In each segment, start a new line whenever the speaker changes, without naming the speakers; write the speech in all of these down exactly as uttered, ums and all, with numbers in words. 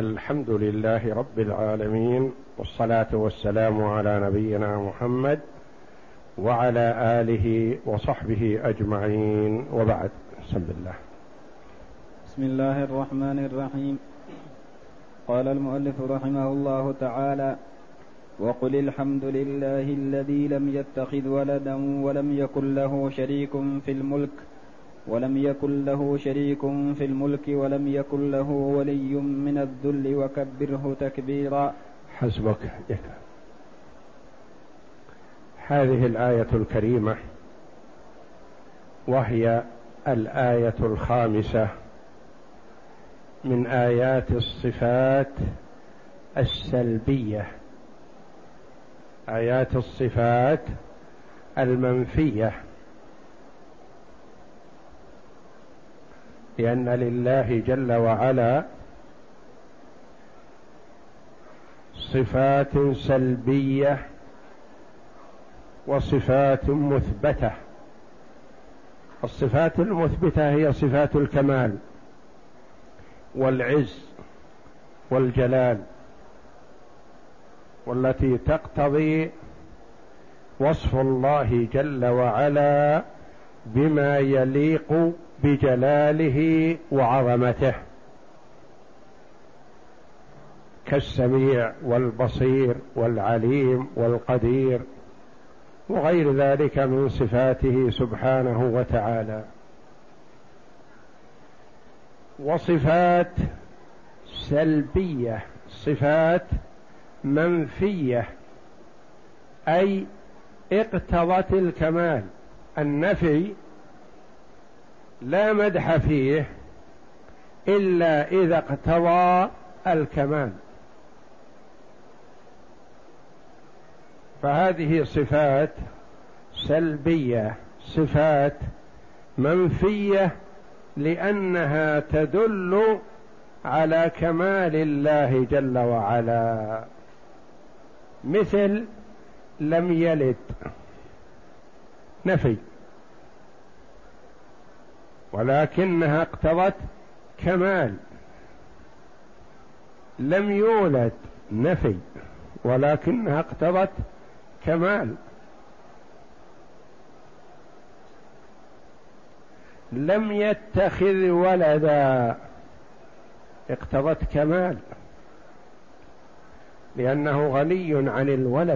الحمد لله رب العالمين، والصلاة والسلام على نبينا محمد وعلى آله وصحبه أجمعين، وبعد. بسم الله.
بسم الله الرحمن الرحيم. قال المؤلف رحمه الله تعالى: وقل الحمد لله الذي لم يتخذ ولدا ولم يكن له شريك في الملك ولم يكن له شريك في الملك ولم يكن له ولي من الذل وكبره تكبيرا.
حسبك. هذه الآية الكريمة وهي الآية الخامسة من آيات الصفات السلبية، آيات الصفات المنفية، لأن لله جل وعلا صفات سلبية وصفات مثبتة. الصفات المثبتة هي صفات الكمال والعز والجلال، والتي تقتضي وصف الله جل وعلا بما يليق بجلاله وعظمته، كالسميع والبصير والعليم والقدير وغير ذلك من صفاته سبحانه وتعالى. وصفات سلبية، صفات منفية، أي اقتضت الكمال. النفي لا مدح فيه إلا إذا اقتضى الكمال، فهذه صفات سلبية، صفات منفية، لأنها تدل على كمال الله جل وعلا، مثل لم يلد، نفي، ولكنها اقتضت كمال. لم يولد، نفي، ولكنها اقتضت كمال. لم يتخذ ولدا، اقتضت كمال، لأنه غني عن الولد.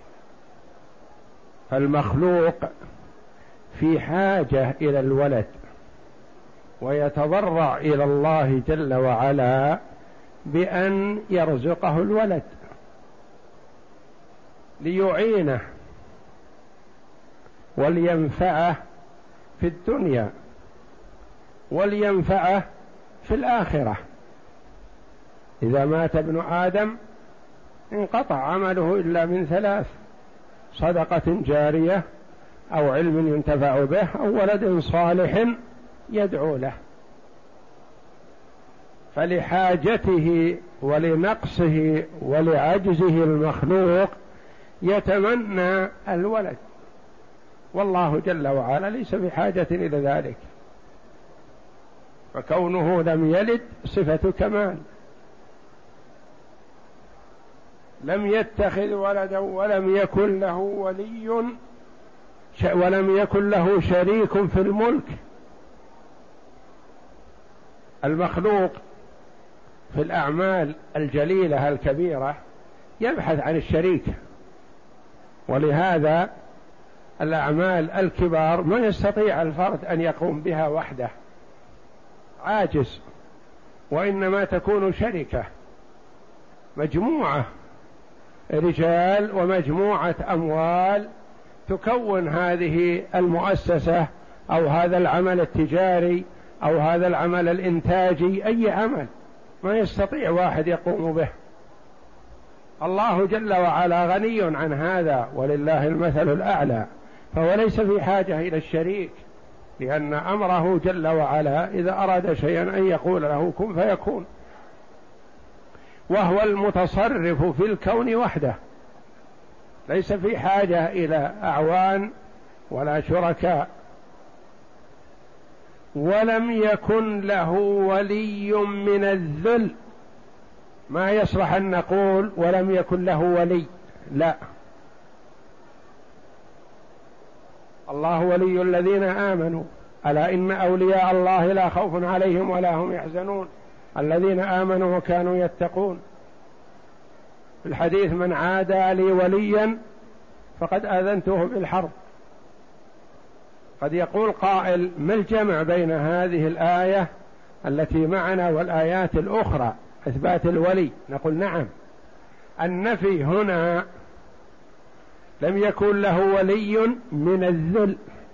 فالمخلوق في حاجة إلى الولد، ويتضرع إلى الله جل وعلا بأن يرزقه الولد ليعينه ولينفعه في الدنيا ولينفعه في الآخرة. إذا مات ابن آدم انقطع عمله إلا من ثلاث: صدقة جارية، أو علم ينتفع به، أو ولد صالح يدعو له. فلحاجته ولنقصه ولعجزه المخلوق يتمنى الولد، والله جل وعلا ليس بحاجة إلى ذلك، فكونه لم يلد صفة كمال. لم يتخذ ولدا ولم يكن له ولي ولم يكن له شريك في الملك. المخلوق في الأعمال الجليلة الكبيرة يبحث عن الشريك، ولهذا الأعمال الكبار ما يستطيع الفرد أن يقوم بها وحده، عاجز، وإنما تكون شركة، مجموعة رجال ومجموعة أموال تكون هذه المؤسسة أو هذا العمل التجاري أو هذا العمل الإنتاجي. أي عمل ما يستطيع واحد يقوم به. الله جل وعلا غني عن هذا، ولله المثل الأعلى، فهو ليس في حاجة إلى الشريك، لأن أمره جل وعلا إذا أراد شيئا أن يقول له كن فيكون، وهو المتصرف في الكون وحده، ليس في حاجة إلى أعوان ولا شركاء. ولم يكن له ولي من الذل، ما يصلح أن نقول ولم يكن له ولي، لا، الله ولي الذين آمنوا، ألا إن أولياء الله لا خوف عليهم ولا هم يحزنون الذين آمنوا وكانوا يتقون. في الحديث من عادى لي وليا فقد آذنته بالحرب. قد يقول قائل ما الجمع بين هذه الآية التي معنا والآيات الأخرى إثبات الولي؟ نقول نعم، النفي هنا لم يكن له ولي من الذل،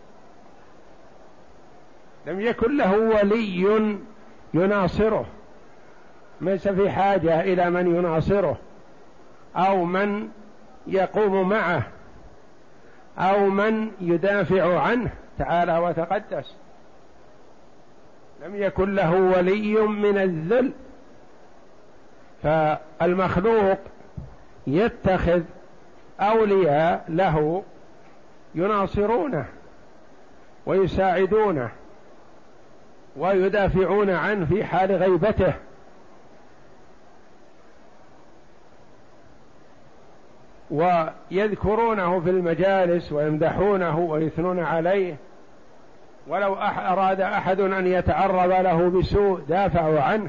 لم يكن له ولي يناصره، ليس في حاجة إلى من يناصره أو من يقوم معه أو من يدافع عنه تعالى وتقدس. لم يكن له ولي من الذل. فالمخلوق يتخذ أولياء له يناصرونه ويساعدونه ويدافعون عنه في حال غيبته، ويذكرونه في المجالس ويمدحونه ويثنون عليه، ولو أراد أحد أن يتعرض له بسوء دافعوا عنه.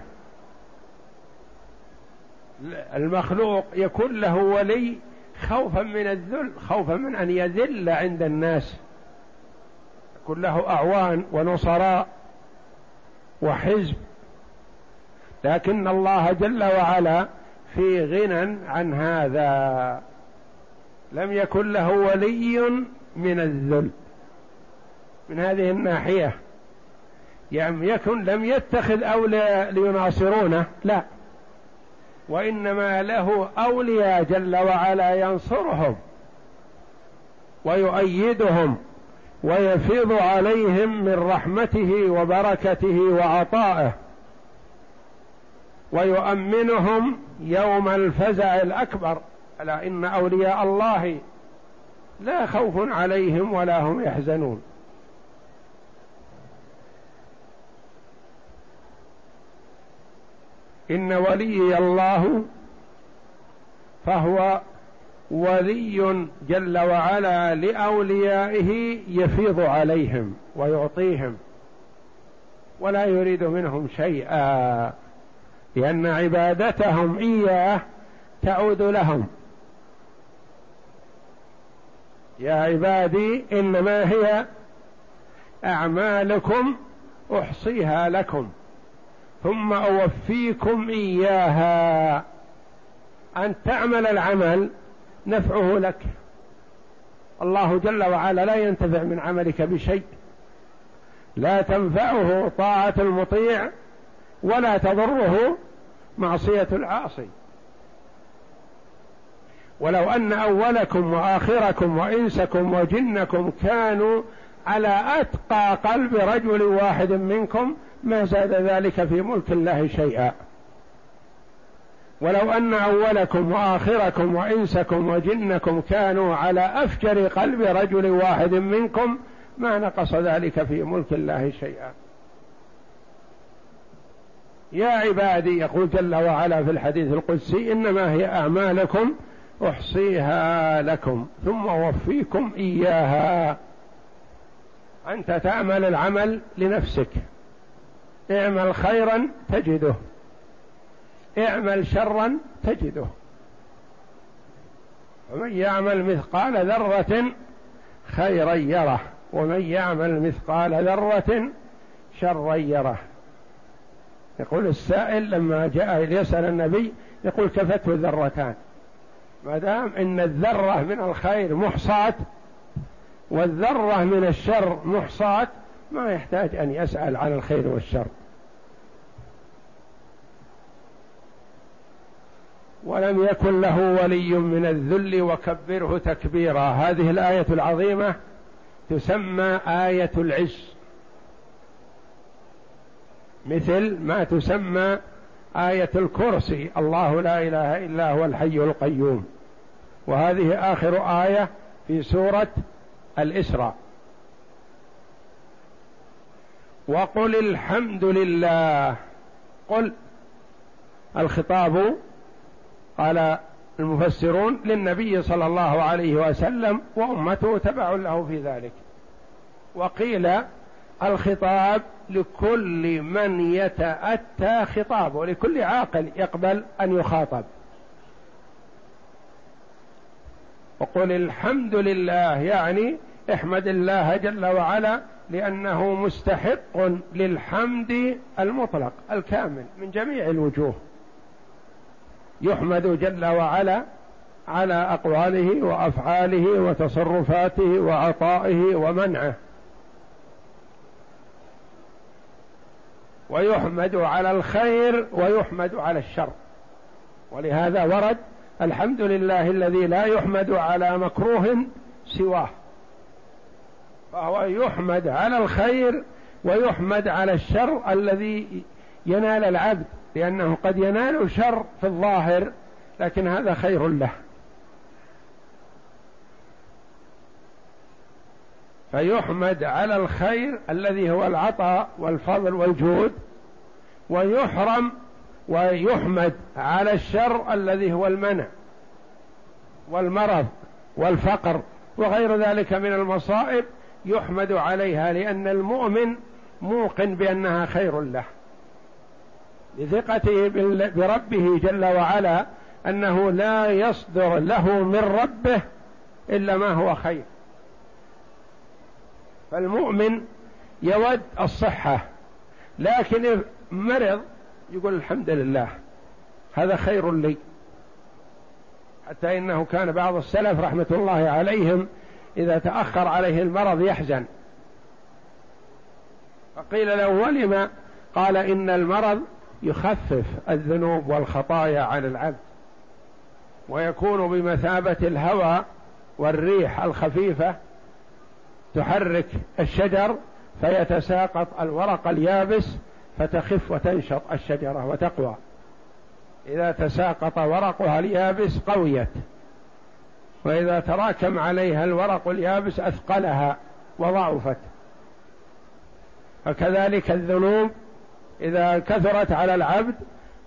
المخلوق يكون له ولي خوفا من الذل، خوفا من أن يذل عند الناس، يكون له أعوان ونصراء وحزب، لكن الله جل وعلا في غنى عن هذا، لم يكن له ولي من الذل. من هذه الناحية يعني يكن لم يتخذ أولياء ليناصرونه، لا، وإنما له أولياء جل وعلا ينصرهم ويؤيدهم ويفيض عليهم من رحمته وبركته وعطائه، ويؤمنهم يوم الفزع الأكبر. ألا إن أولياء الله لا خوف عليهم ولا هم يحزنون. إن ولي الله فهو ولي جل وعلا لأوليائه يفيض عليهم ويعطيهم ولا يريد منهم شيئا، لأن عبادتهم إياه تعود لهم. يا عبادي إنما هي أعمالكم أحصيها لكم ثم أوفيكم إياها. أن تعمل العمل نفعه لك، الله جل وعلا لا ينتفع من عملك بشيء، لا تنفعه طاعة المطيع ولا تضره معصية العاصي. ولو أن أولكم وآخركم وإنسكم وجنكم كانوا على أتقى قلب رجل واحد منكم ما زاد ذلك في ملك الله شيئا. ولو أن أولكم وآخركم وإنسكم وجنكم كانوا على أفجر قلب رجل واحد منكم ما نقص ذلك في ملك الله شيئا. يا عبادي، يقول جل وعلا في الحديث القدسي، إنما هي أعمالكم أحصيها لكم ثم أوفيكم إياها. أنت تعمل العمل لنفسك، اعمل خيرا تجده، اعمل شرا تجده. ومن يعمل مثقال ذرة خيرا يره ومن يعمل مثقال ذرة شرا يره. يقول السائل لما جاء ليسأل النبي يقول كفته ذرتان، ما دام إن الذرة من الخير محصاة والذرة من الشر محصاة ما يحتاج أن يسأل عن الخير والشر. ولم يكن له ولي من الذل وكبره تكبيرا. هذه الآية العظيمة تسمى آية العز، مثل ما تسمى آية الكرسي، الله لا إله إلا هو الحي القيوم. وهذه آخر آية في سورة الإسراء. وقل الحمد لله، قل الخطاب قال المفسرون للنبي صلى الله عليه وسلم وأمته تبع له في ذلك. وقيل الخطاب لكل من يتأتى خطابه، لكل عاقل يقبل أن يخاطب. وقل الحمد لله يعني احمد الله جل وعلا لأنه مستحق للحمد المطلق الكامل من جميع الوجوه، يحمد جل وعلا على أقواله وأفعاله وتصرفاته وعطائه ومنعه، ويحمد على الخير ويحمد على الشر. ولهذا ورد الحمد لله الذي لا يحمد على مكروه سواه، فهو يحمد على الخير ويحمد على الشر الذي ينال العبد، لأنه قد ينال شر في الظاهر لكن هذا خير له. فيحمد على الخير الذي هو العطاء والفضل والجود، ويحرم ويحمد على الشر الذي هو المنع والمرض والفقر وغير ذلك من المصائب، يحمد عليها لأن المؤمن موقن بأنها خير له، لثقته بربه جل وعلا أنه لا يصدر له من ربه إلا ما هو خير. فالمؤمن يود الصحة، لكن مرض يقول الحمد لله هذا خير لي. حتى إنه كان بعض السلف رحمة الله عليهم إذا تأخر عليه المرض يحزن، فقيل له ولم؟ قال إن المرض يخفف الذنوب والخطايا عن العبد، ويكون بمثابة الهواء والريح الخفيفة تحرك الشجر فيتساقط الورق اليابس فتخف وتنشط الشجرة وتقوى. إذا تساقط ورقها اليابس قويت، وإذا تراكم عليها الورق اليابس أثقلها وضعفت. فكذلك الذنوب إذا كثرت على العبد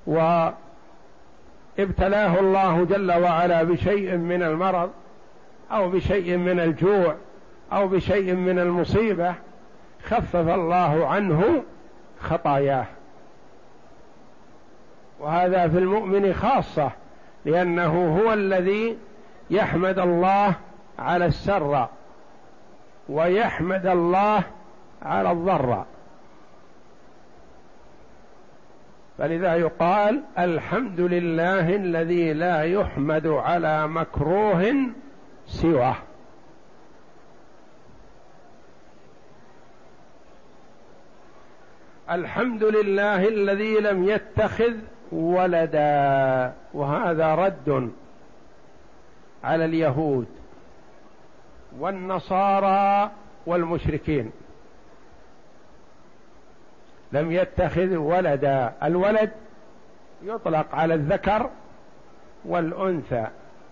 وابتلاه الله جل وعلا بشيء من المرض أو بشيء من الجوع أو بشيء من المصيبة، خفف الله عنه خطاياه. وهذا في المؤمن خاصة، لأنه هو الذي يحمد الله على السر ويحمد الله على الضر. فلذا يقال الحمد لله الذي لا يحمد على مكروه سواه. الحمد لله الذي لم يتخذ ولدا، وهذا رد على اليهود والنصارى والمشركين. لم يتخذ ولدا، الولد يطلق على الذكر والأنثى،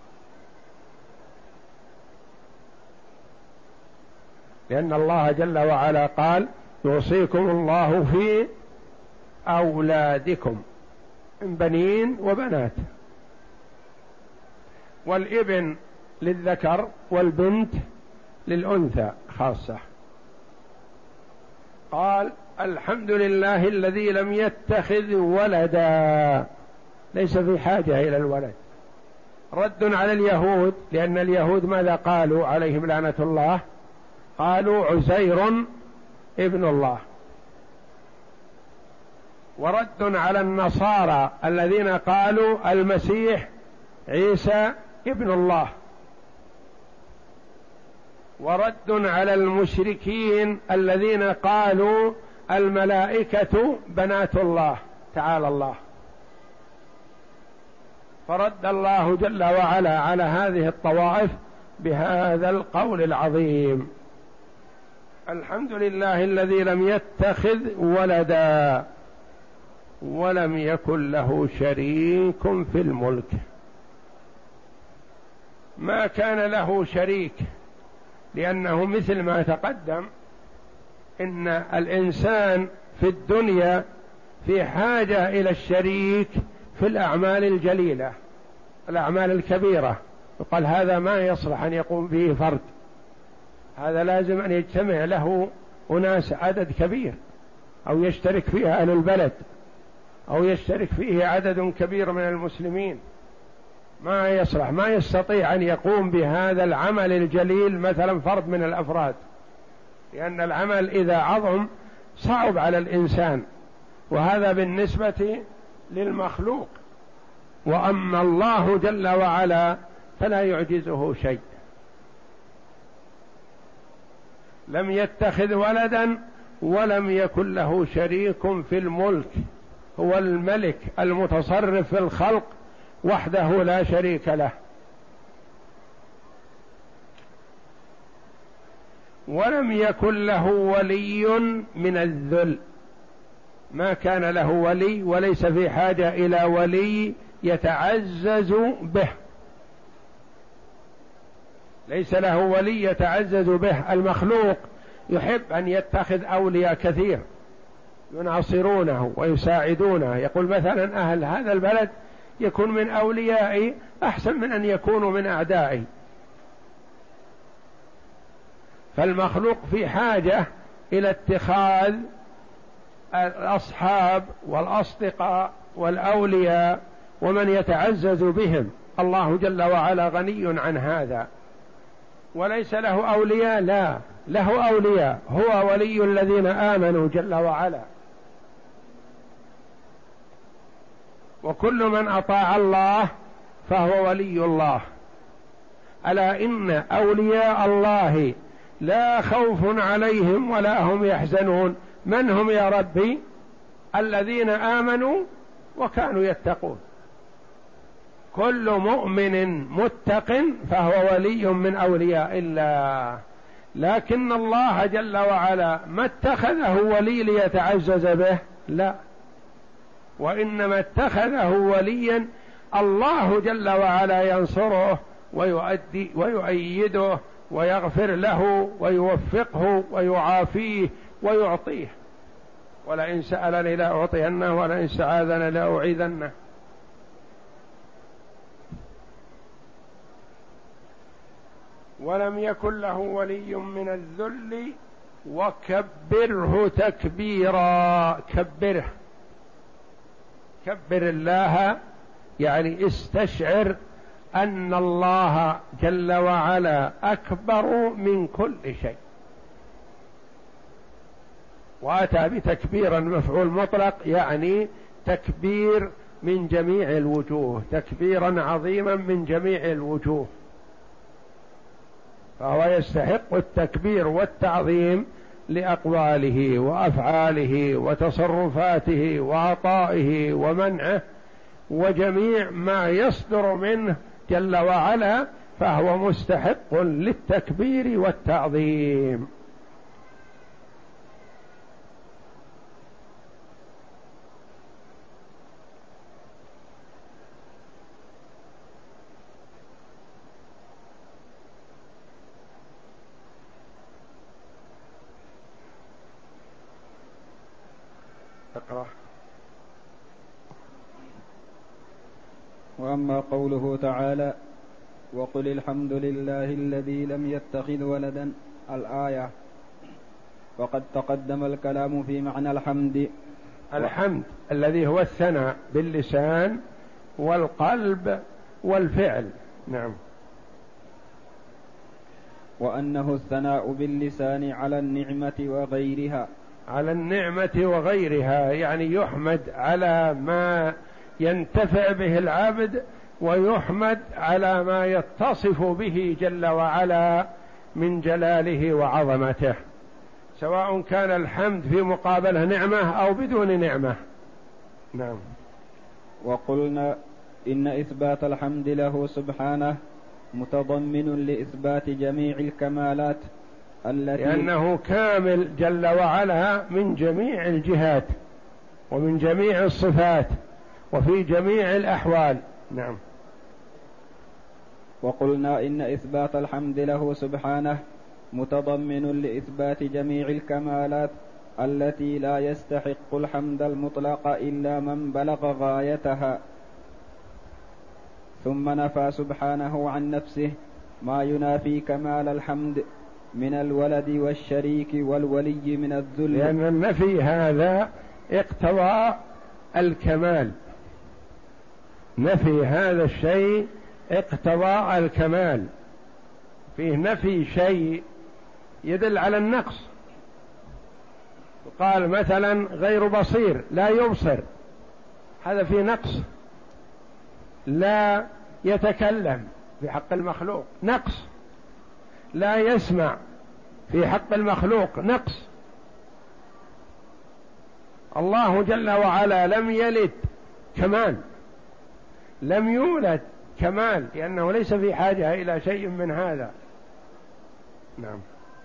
لأن الله جل وعلا قال يوصيكم الله في أولادكم من بنين وبنات، والابن للذكر والبنت للأنثى خاصة. قال الحمد لله الذي لم يتخذ ولدا، ليس في حاجة إلى الولد، رد على اليهود، لأن اليهود ماذا قالوا عليهم لعنة الله؟ قالوا عزير ابن الله. ورد على النصارى الذين قالوا المسيح عيسى ابن الله. ورد على المشركين الذين قالوا الملائكة بنات الله تعالى الله. فرد الله جل وعلا على هذه الطوائف بهذا القول العظيم: الحمد لله الذي لم يتخذ ولدا ولم يكن له شريك في الملك. ما كان له شريك، لأنه مثل ما تقدم إن الإنسان في الدنيا في حاجة إلى الشريك في الأعمال الجليلة، الأعمال الكبيرة يقال هذا ما يصلح أن يقوم به فرد، هذا لازم أن يجتمع له أناس عدد كبير، أو يشترك فيه أهل البلد، أو يشترك فيه عدد كبير من المسلمين. ما يصلح، ما يستطيع أن يقوم بهذا العمل الجليل مثلا فرد من الأفراد، لأن العمل إذا عظم صعب على الإنسان، وهذا بالنسبة للمخلوق. وأما الله جل وعلا فلا يعجزه شيء. لم يتخذ ولدا ولم يكن له شريك في الملك، هو الملك المتصرف في الخلق وحده لا شريك له. ولم يكن له ولي من الذل، ما كان له ولي وليس في حاجة إلى ولي يتعزز به، ليس له ولي يتعزز به. المخلوق يحب أن يتخذ أولياء كثير يناصرونه ويساعدونه، يقول مثلا أهل هذا البلد يكون من أوليائي أحسن من أن يكونوا من أعدائي. فالمخلوق في حاجة إلى اتخاذ الأصحاب والأصدقاء والأولياء ومن يتعزز بهم. الله جل وعلا غني عن هذا، وليس له أولياء، لا، له أولياء، هو ولي الذين آمنوا جل وعلا. وكل من أطاع الله فهو ولي الله. ألا إن أولياء الله لا خوف عليهم ولا هم يحزنون. من هم يا ربي؟ الذين آمنوا وكانوا يتقون. كل مؤمن متق فهو ولي من أولياء الله، لكن الله جل وعلا ما اتخذه ولي ليتعزز به، لا، وإنما اتخذه وليا الله جل وعلا ينصره ويؤدي ويؤيده ويغفر له ويوفقه ويعافيه ويعطيه. ولئن سألني لأعطينه ولئن استعاذني لأعيذنه. ولم يكن له ولي من الذل وكبره تكبيرا. كبره، كبر الله يعني استشعر أن الله جل وعلا أكبر من كل شيء. وأتى بتكبيرا مفعول مطلق، يعني تكبير من جميع الوجوه، تكبيرا عظيما من جميع الوجوه. فهو يستحق التكبير والتعظيم لأقواله وأفعاله وتصرفاته وعطائه ومنعه وجميع ما يصدر منه جل وعلا، فهو مستحق للتكبير والتعظيم. اقرأ.
وأما قوله تعالى وقل الحمد لله الذي لم يتخذ ولدا الآية، وقد تقدم الكلام في معنى الحمد.
الحمد الذي هو الثناء باللسان والقلب والفعل. نعم.
وأنه الثناء باللسان على النعمة وغيرها،
على النعمة وغيرها، يعني يحمد على ما ينتفع به العبد، ويحمد على ما يتصف به جل وعلا من جلاله وعظمته، سواء كان الحمد في مقابله نعمة أو بدون نعمة. نعم.
وقلنا إن إثبات الحمد له سبحانه متضمن لإثبات جميع الكمالات التي
لأنه كامل جل وعلا من جميع الجهات ومن جميع الصفات وفي جميع الأحوال. نعم.
وقلنا إن إثبات الحمد له سبحانه متضمن لإثبات جميع الكمالات التي لا يستحق الحمد المطلق إلا من بلغ غايتها. ثم نفى سبحانه عن نفسه ما ينافي كمال الحمد من الولد والشريك والولي من الذل،
لأن النفي هذا اقتضى الكمال، نفي هذا الشيء اقتضى الكمال، فيه نفي شيء يدل على النقص. قال مثلا غير بصير، لا يبصر، هذا فيه نقص. لا يتكلم في حق المخلوق نقص. لا يسمع في حق المخلوق نقص. الله جل وعلا لم يلد كمال، لم يولد كمال، لأنه ليس في حاجة إلى شيء من هذا. نعم.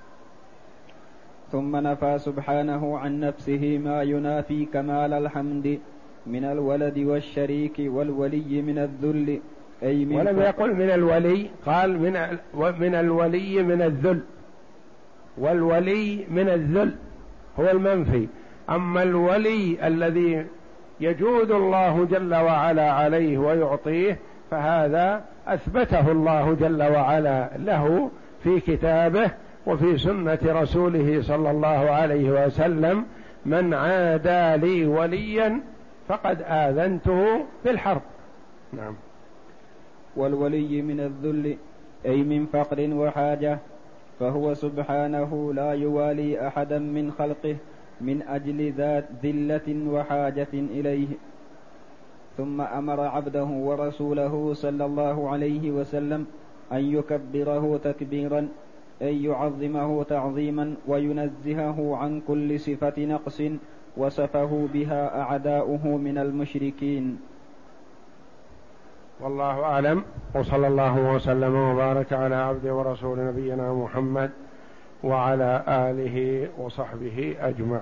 ثم نفى سبحانه عن نفسه ما ينافي كمال الحمد من الولد والشريك والولي من الذل، أي من
ولم يقل من الولي، قال من من الولي من الذل، والولي من الذل هو المنفي. أما الولي الذي يجود الله جل وعلا عليه ويعطيه فهذا أثبته الله جل وعلا له في كتابه وفي سنة رسوله صلى الله عليه وسلم: من عادى لي وليا فقد آذنته بالحرب. نعم.
والولي من الذل أي من فقر وحاجة، فهو سبحانه لا يوالي أحدا من خلقه من أجل ذات ذلة وحاجة إليه. ثم أمر عبده ورسوله صلى الله عليه وسلم أن يكبره تكبيرا، أي يعظمه تعظيما وينزهه عن كل صفة نقص وصفه بها أعداؤه من المشركين.
والله أعلم، وصلى الله وسلم وبارك على عبده ورسول نبينا محمد وعلى آله وصحبه أجمعين.